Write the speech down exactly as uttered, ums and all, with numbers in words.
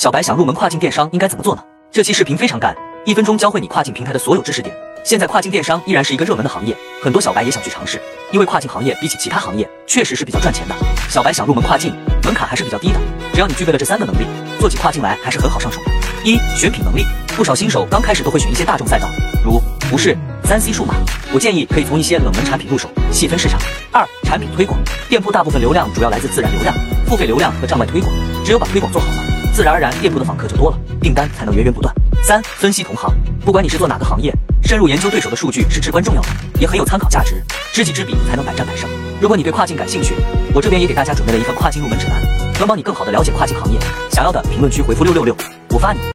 小白想入门跨境电商应该怎么做呢？这期视频非常干，一分钟教会你跨境平台的所有知识点。现在跨境电商依然是一个热门的行业，很多小白也想去尝试，因为跨境行业比起其他行业确实是比较赚钱的。小白想入门跨境，门槛还是比较低的，只要你具备了这三个能力，做起跨境来还是很好上手的。一、选品能力，不少新手刚开始都会选一些大众赛道，如服饰、三 C 数码，我建议可以从一些冷门产品入手，细分市场。二、产品推广，店铺大部分流量主要来自自然流量、付费流量和账外推广，只有把推广做好了，自然而然店铺的访客就多了，订单才能源源不断。三、分析同行，不管你是做哪个行业，深入研究对手的数据是至关重要的，也很有参考价值，知己知彼才能百战百胜。如果你对跨境感兴趣，我这边也给大家准备了一份跨境入门指南，能帮你更好的了解跨境行业。想要的评论区回复六六六，我发你。